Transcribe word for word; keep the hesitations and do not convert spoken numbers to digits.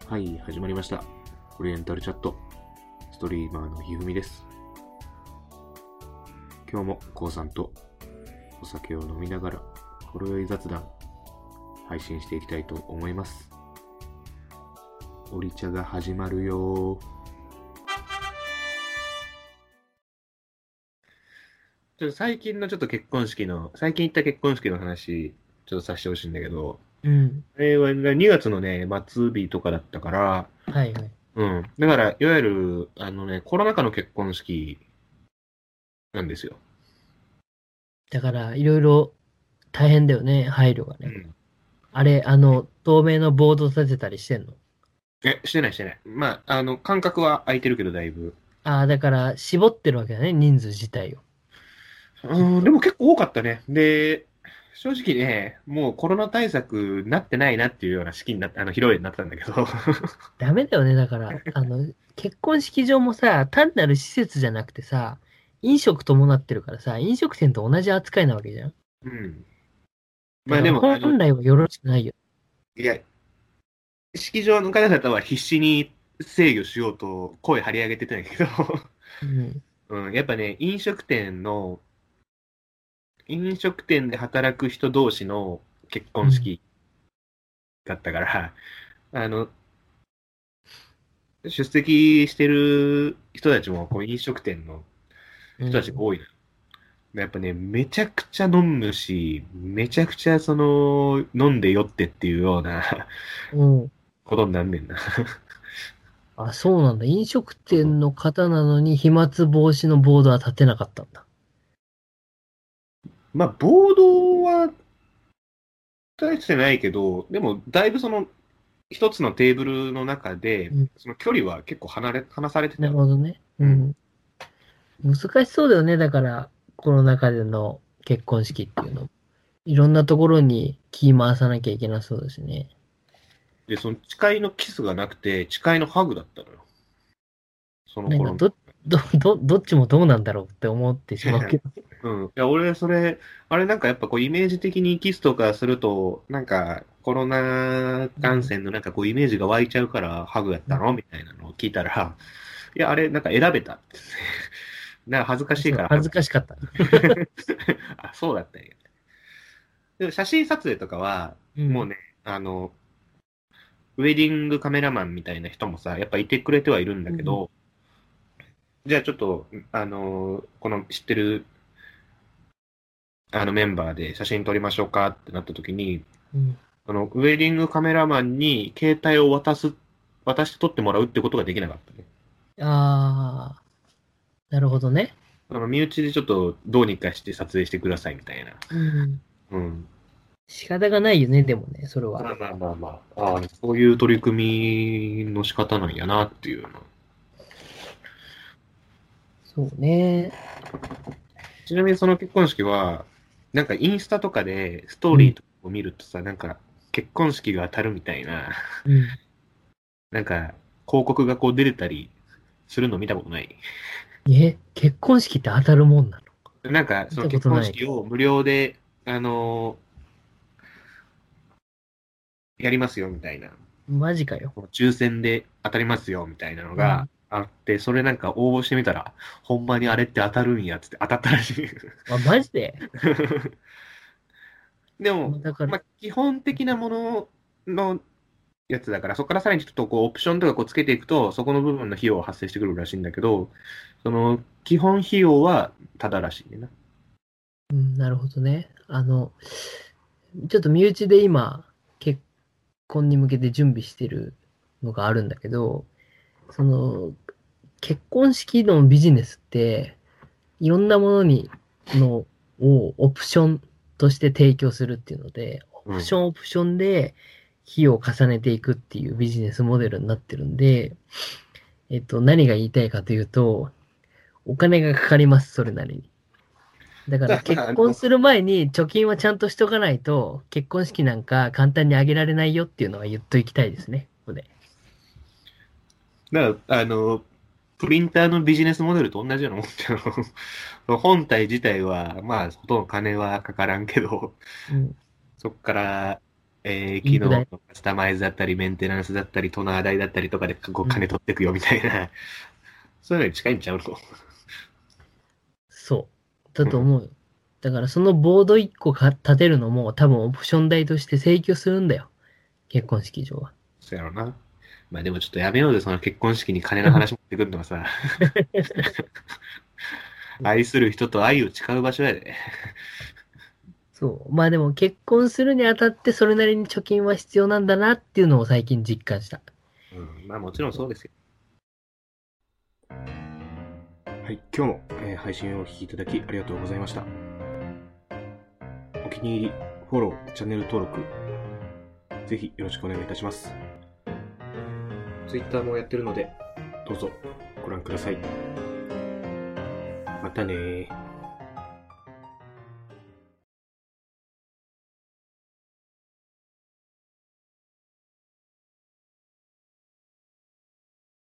はい、始まりました。オリエンタルチャット。ストリーマーのひふみです。今日もこうさんとお酒を飲みながらほろ酔い雑談配信していきたいと思います。オリ茶が始まるよー。ちょっと最近のちょっと結婚式の、最近行った結婚式の話、ちょっとさせてほしいんだけど、 うん。 あれはにがつのね、末日とかだったから、 はいはい。 うん。だから、いわゆる、あのね、コロナ禍の結婚式なんですよ。 だから、いろいろ大変だよね、配慮がね。 うん。 あれ、あの、透明のボード立てたりしてんの？ え、してないしてない。まあ、あの、間隔は空いてるけど、だいぶ。 ああ、だから、絞ってるわけだね、人数自体を。きっうん、でと。 も結構多かったね。で、正直ね、もうコロナ対策なってないなっていうような式になって、あの、披露宴になってたんだけど。 ダメだよね、だから、あの、結婚式場もさ、単なる施設じゃなくてさ、飲食伴ってるからさ、飲食店と同じ扱いなわけじゃん。 うん。 だからまあでも、あの、 本来はよろしくないよ。 いや、式場の方々は必死に制御しようと声張り上げてたんやけど、 うん。 うん、やっぱね、飲食店の、飲食店で働く人同士の結うん。 婚式だったから、あの、出席してる人たちもこう飲食店の人たちがうん。 多いのよ。やっぱね、めちゃくちゃ飲むし、めちゃくちゃその、飲んで酔ってっていうようなうん。 ことになんねんな。 あ、そうなんだ。飲食そうそう。 店の方なのに飛沫防止のボードは立てなかったんだ。 まあ、暴動は大してないけど、でも、だいぶその、一つのテーブルの中で、 うん。 その距離は結構離れ、離されてたなるよ。 ほどね。ううん。 ん。難しそうだよね。だから、コロナ禍での結婚式っていうの。いろんなところに気回さなきゃいけなそうですね。 で、その誓いのキスがなくて、誓いのハグだったのよ。その頃の。 なんかど、ど、ど、どっちもどうなんだろうって思ってしまうけど。 うん。いや、俺、それ、あれなんかやっぱこう、イメージ的にキスとかすると、なんか、コロナうん。 感染のなんかこう、イメージが湧いちゃうから、ハグやっうん。 たのみたいなのを聞いたら、いや、あれ、なんか選べたって。なんか恥ずかしいそう、恥からハグ。 ずかしかった。 あ、そうだったんや。でも写真撮影とかは、 うん。 もうね、あの、ウェディングカメラマンみたいな人もさ、やっぱいてくれてはいるんだうん。 けど、じゃあちょっと、あの、この知ってるあのメンバーで写真撮りましょうかってなった時に、 うん。 そのウェディングカメラマンに携帯を渡す、渡して撮ってもらうってことができなかったね。 ああ、なるほどね。 その身内でちょっとどうにかして撮影してくださいみたいな。 うん。 うん。 仕方がないよね、でもね、それは。 まあまあまあまあ、ああ、そういう取り組みの仕方なんやなっていうの。 そうね。 ちなみにその結婚式は、なんかインスタとかでストーうん。 リーとかを見るとさ、なんか結婚式が当たるみたいな、 うん。 なんか広告がこう出てたりするの見たことない？ え、結婚式って当たるもんなの？ なんか見たこその結とない。 婚式を無料で、あのーやりますよみたいな、 マジかよ。 抽選で当たりますよみたいなのがうん。 あって、それなんか応募してみたら、ほんまにあれって当たるんやっつって当たったらしい。 あ、マジで？ でも、 だから、 まあ、基本的なもののやつだから、そこからさらにちょっとこうオプションとかこうつけていくと、そこの部分の費用が発生してくるらしいんだけど、その基本費用はタダらしいねんな。 うん、なるほどね。あの、ちょっと身内で今、結婚に向けて準備してるのがあるんだけど、その、結婚式のビジネスって、いろんなものに、の、をオプションとして提供するっていうので、オうん。 プションオプションで費用を重ねていくっていうビジネスモデルになってるんで、えっと、何が言いたいかというと、お金がかかります、それなりに。だからだから、あ結婚の、 する前に貯金はちゃんとしとかないと、結婚式なんか簡単にあげられないよっていうのは言っときたいですね、ここで。 だからあの、プリンターのビジネスモデルと同じようなもんっていうの。本体自体は、まあ、ほとんど金はかからんけど、 うん。 そこから、 えー、 インク代。 機能のカスタマイズだったり、メンテナンスだったり、トナー代だったりとかでこう金取ってくよみたいな、そういうのに近いんちゃうの？ そう。だと思うよ。だからそのボードいっこか立てるのも多分オプション代として請求するんだよ。結婚式場は。 そうやろな。まあでもちょっとやめようぜ、その結婚式に金の話持ってくるのはさ、愛する人と愛を誓う場所やで。 そう。まあでも結婚するにあたってそれなりに貯金は必要なんだなっていうのを最近実感した。 うん、まあもちろんそうですよ。 はい、今日も、えー配信をお聞きいただきありがとうございました。お気に入り、フォロー、チャンネル登録、ぜひよろしくお願いいたします。Twitter もやってるので、どうぞご覧ください。またねー。